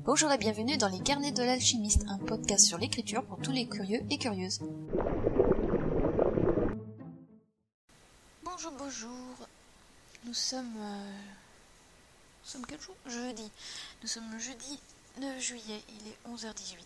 Bonjour et bienvenue dans les Carnets de l'Alchimiste, un podcast sur l'écriture pour tous les curieux et curieuses. Bonjour. Nous sommes quel jour ? Jeudi. Nous sommes le jeudi 9 juillet, il est 11h18.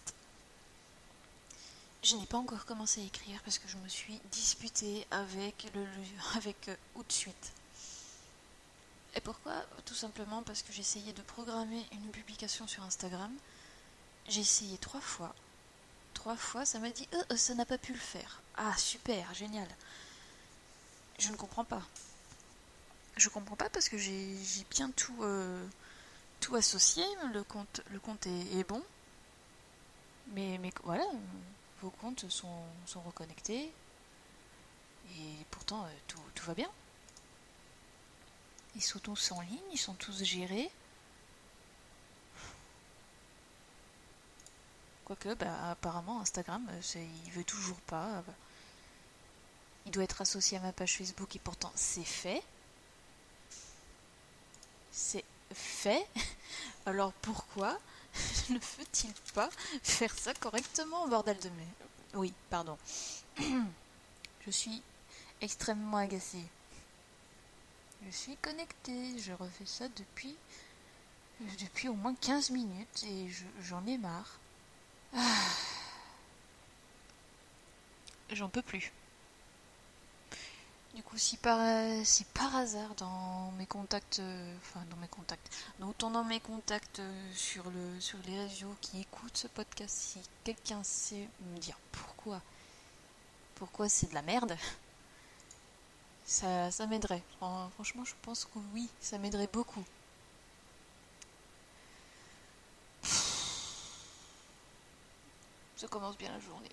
Je n'ai pas encore commencé à écrire parce que je me suis disputée avec Outsuite. Et pourquoi ? Tout simplement parce que j'essayais de programmer une publication sur Instagram. J'ai essayé 3 fois. 3 fois, ça m'a dit ça n'a pas pu le faire. Ah, super, génial. Je ne comprends pas. Je comprends pas parce que j'ai bien tout associé. Le compte est bon. Mais voilà, vos comptes sont reconnectés. Et pourtant, tout va bien. Ils sont tous en ligne, ils sont tous gérés. Quoique, apparemment, Instagram, il veut toujours pas. Il doit être associé à ma page Facebook et pourtant, c'est fait. C'est fait. Alors pourquoi ne veut-il pas faire ça correctement, bordel de merde ? Oui, pardon. Je suis extrêmement agacée. Je suis connectée. Je refais ça depuis au moins 15 minutes et j'en ai marre. J'en peux plus. Du coup, si par hasard dans mes contacts, dans mes contacts sur les réseaux qui écoutent ce podcast, si quelqu'un sait me dire pourquoi c'est de la merde, ça m'aiderait. Franchement, je pense que oui, ça m'aiderait beaucoup. Ça commence bien la journée.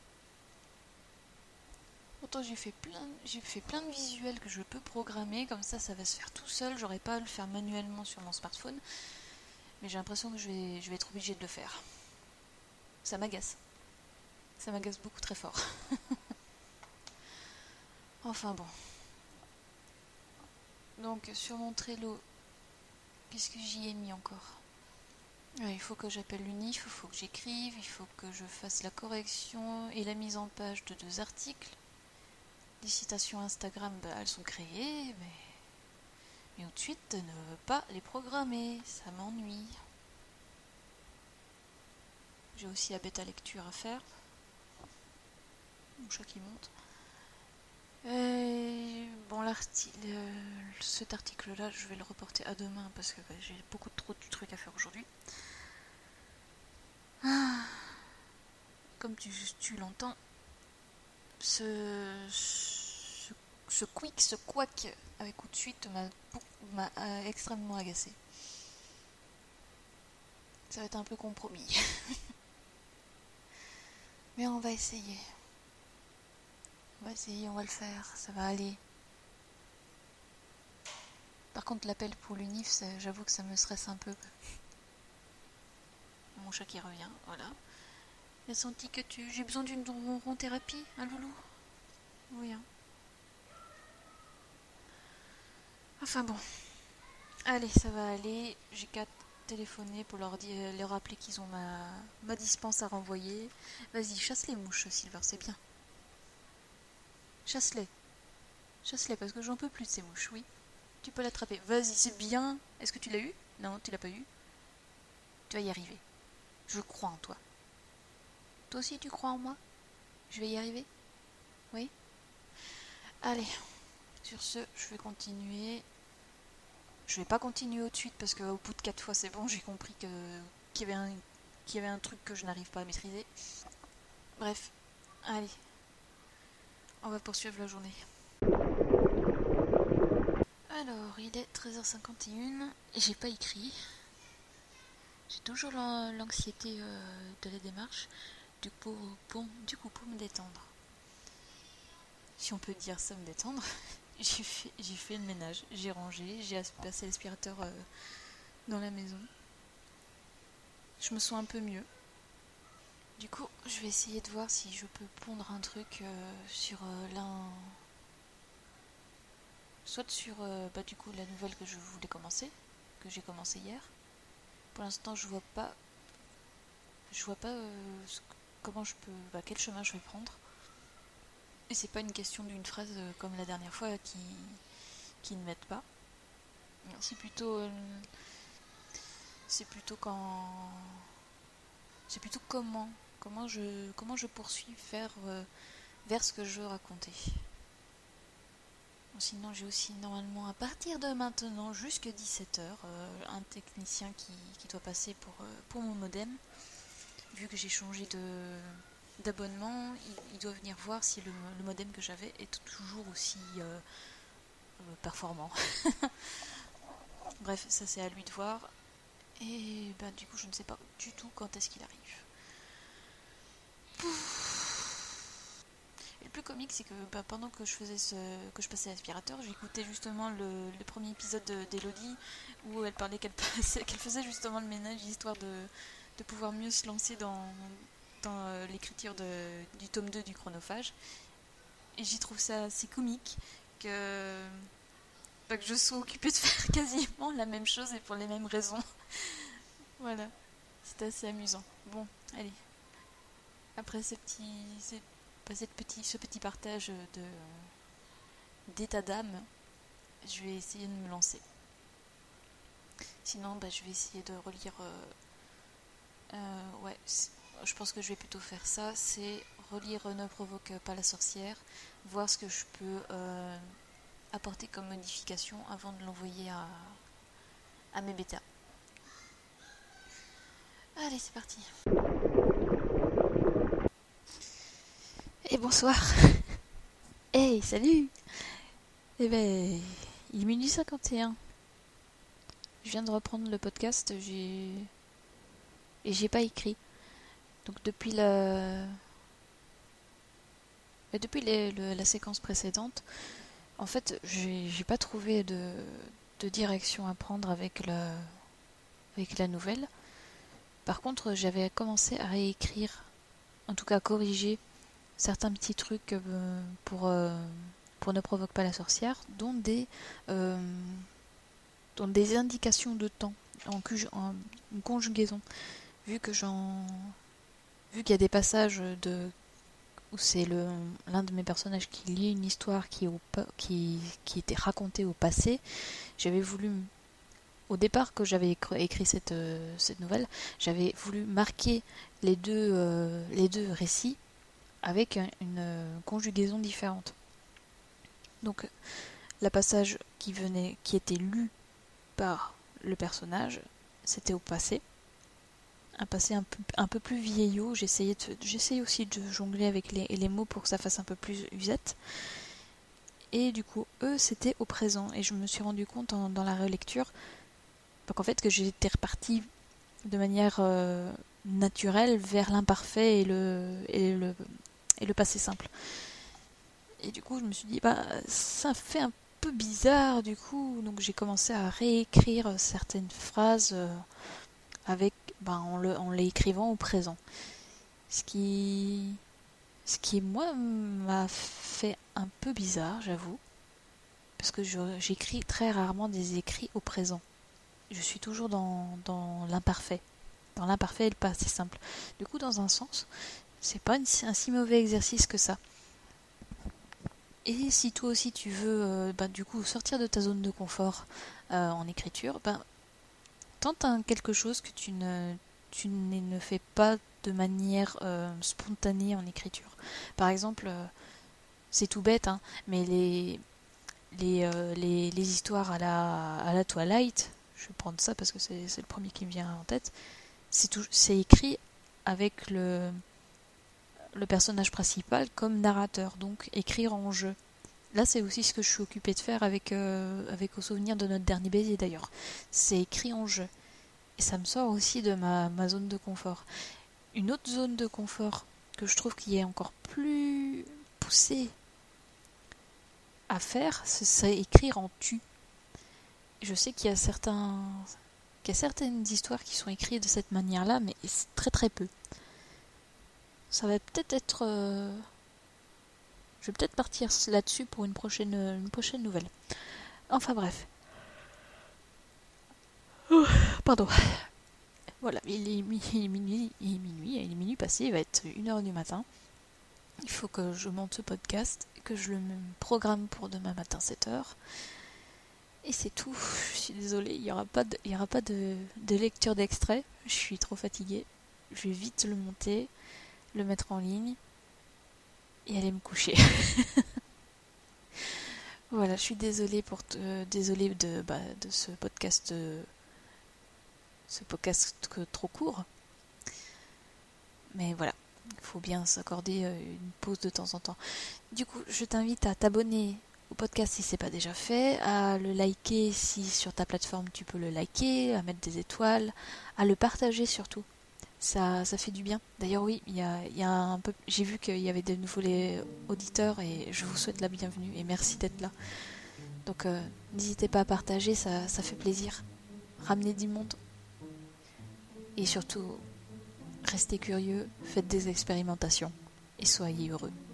Pourtant j'ai fait plein de visuels que je peux programmer, comme ça va se faire tout seul, j'aurais pas à le faire manuellement sur mon smartphone, mais j'ai l'impression que je vais être obligée de le faire. Ça m'agace beaucoup très fort. Enfin bon. Donc sur mon Trello, qu'est-ce que j'y ai mis encore ? Il faut que j'appelle l'UNIF, il faut que j'écrive, il faut que je fasse la correction et la mise en page de 2 articles. Les citations Instagram, elles sont créées, mais Outsuite ne veut pas les programmer, ça m'ennuie. J'ai aussi la bêta lecture à faire. Mon chat qui monte. Bon, cet article-là, je vais le reporter à demain parce que j'ai trop de trucs à faire aujourd'hui. Comme tu l'entends, ce quack avec Outsuite m'a extrêmement agacé. Ça va être un peu compromis. Mais on va essayer. On va le faire, ça va aller. Par contre, l'appel pour l'UNIF, j'avoue que ça me stresse un peu. Mon chat qui revient, voilà. Il a senti que j'ai besoin d'une ronron thérapie, hein, loulou ? Oui, hein. Enfin bon. Allez, ça va aller. J'ai qu'à téléphoner pour leur rappeler qu'ils ont ma dispense à renvoyer. Vas-y, chasse les mouches, Silver, c'est bien. Chasse-les parce que j'en peux plus de ces mouches, oui. Tu peux l'attraper. Vas-y, c'est bien. Est-ce que tu l'as eu ? Non, tu l'as pas eu. Tu vas y arriver. Je crois en toi. Toi aussi, tu crois en moi ? Je vais y arriver ? Oui ? Allez. Sur ce, je vais continuer. Je vais pas continuer tout de suite parce qu'au bout de 4 fois, c'est bon. J'ai compris qu'il y avait un truc que je n'arrive pas à maîtriser. Bref. Allez. On va poursuivre la journée. Alors, il est 13h51 et j'ai pas écrit. J'ai toujours l'anxiété de la démarche. Du coup, pour me détendre, si on peut dire ça, me détendre, j'ai fait le ménage, j'ai rangé, j'ai passé l'aspirateur dans la maison. Je me sens un peu mieux. Du coup, je vais essayer de voir si je peux pondre un truc sur soit sur du coup la nouvelle que je voulais commencer, que j'ai commencé hier. Pour l'instant, je vois pas Je vois pas comment je peux, quel chemin je vais prendre. Et c'est pas une question d'une phrase comme la dernière fois qui ne m'aide pas. C'est plutôt c'est plutôt quand c'est plutôt comment je poursuis vers ce que je veux raconter. Bon, sinon j'ai aussi normalement à partir de maintenant jusqu'à 17h un technicien qui doit passer pour mon modem. Vu que j'ai changé d'abonnement, il doit venir voir si le modem que j'avais est toujours aussi performant. Bref, ça c'est à lui de voir. Et du coup, je ne sais pas du tout quand est-ce qu'il arrive. Et le plus comique, c'est que pendant que que je passais l'aspirateur, j'écoutais justement le premier épisode d'Elodie où elle parlait qu'elle faisait justement le ménage, histoire de pouvoir mieux se lancer dans l'écriture du tome 2 du Chronophage. Et j'y trouve ça assez comique que je sois occupée de faire quasiment la même chose et pour les mêmes raisons. Voilà, c'est assez amusant. Bon, allez. Après ce petit partage d'état d'âme, je vais essayer de me lancer. Sinon, je vais essayer de relire... je pense que je vais plutôt faire ça, c'est relire Ne provoque pas la sorcière, voir ce que je peux apporter comme modification avant de l'envoyer à mes bêtas. Allez, c'est parti. Et bonsoir. Hey, salut. Il est minuit 51. Je viens de reprendre le podcast, et j'ai pas écrit. Donc depuis la séquence précédente, en fait, j'ai pas trouvé de direction à prendre avec la nouvelle. Par contre, j'avais commencé à réécrire, en tout cas à corriger certains petits trucs pour Ne provoque pas la sorcière, dont des indications de temps en conjugaison. Vu qu'il y a des passages où c'est l'un de mes personnages qui lit une histoire qui était racontée au passé, j'avais voulu, au départ que j'avais écrit cette nouvelle, j'avais voulu marquer les deux récits avec une conjugaison différente. Donc, le passage qui était lu par le personnage, c'était au passé. Un passé un peu plus vieillot. J'essayais aussi de jongler avec les mots pour que ça fasse un peu plus usette. Et du coup, eux, c'était au présent. Et je me suis rendu compte dans la relecture qu'en fait, que j'étais repartie de manière naturelle vers l'imparfait et le passé simple. Et du coup, je me suis dit, ça fait un peu bizarre, du coup. Donc, j'ai commencé à réécrire certaines phrases en les écrivant au présent. Ce qui, moi, m'a fait un peu bizarre, j'avoue. Parce que j'écris très rarement des écrits au présent. Je suis toujours dans l'imparfait. Dans l'imparfait et le passé simple. Du coup, dans un sens, c'est pas un si mauvais exercice que ça. Et si toi aussi tu veux du coup sortir de ta zone de confort en écriture, tente quelque chose que tu ne fais pas de manière spontanée en écriture. Par exemple, c'est tout bête, hein, mais les histoires à la Twilight, je vais prendre ça parce que c'est le premier qui me vient en tête, c'est écrit avec le personnage principal comme narrateur, donc écrire en jeu. Là, c'est aussi ce que je suis occupée de faire avec Au souvenir de notre dernier baiser d'ailleurs. C'est écrit en jeu. Et ça me sort aussi de ma zone de confort. Une autre zone de confort que je trouve qui est encore plus poussée à faire, c'est écrire en tu. Je sais qu'il y a certaines histoires qui sont écrites de cette manière-là, mais c'est très très peu. Ça va peut-être être... Je vais peut-être partir là-dessus pour une prochaine nouvelle. Enfin bref. Pardon. Voilà, il est minuit passé, il va être 1h du matin. Il faut que je monte ce podcast, que je le programme pour demain matin 7h. Et c'est tout. Je suis désolée, il n'y aura pas de lecture d'extrait. Je suis trop fatiguée. Je vais vite le monter, le mettre en ligne et aller me coucher. Voilà, je suis désolée de ce podcast trop court. Mais voilà, il faut bien s'accorder une pause de temps en temps. Du coup, je t'invite à t'abonner au podcast si ce n'est pas déjà fait, à le liker si sur ta plateforme tu peux le liker, à mettre des étoiles, à le partager surtout. Ça fait du bien. D'ailleurs oui, il y a un peu, j'ai vu qu'il y avait de nouveaux auditeurs et je vous souhaite la bienvenue et merci d'être là. Donc n'hésitez pas à partager, ça fait plaisir. Ramenez du monde. Et surtout, restez curieux, faites des expérimentations et soyez heureux.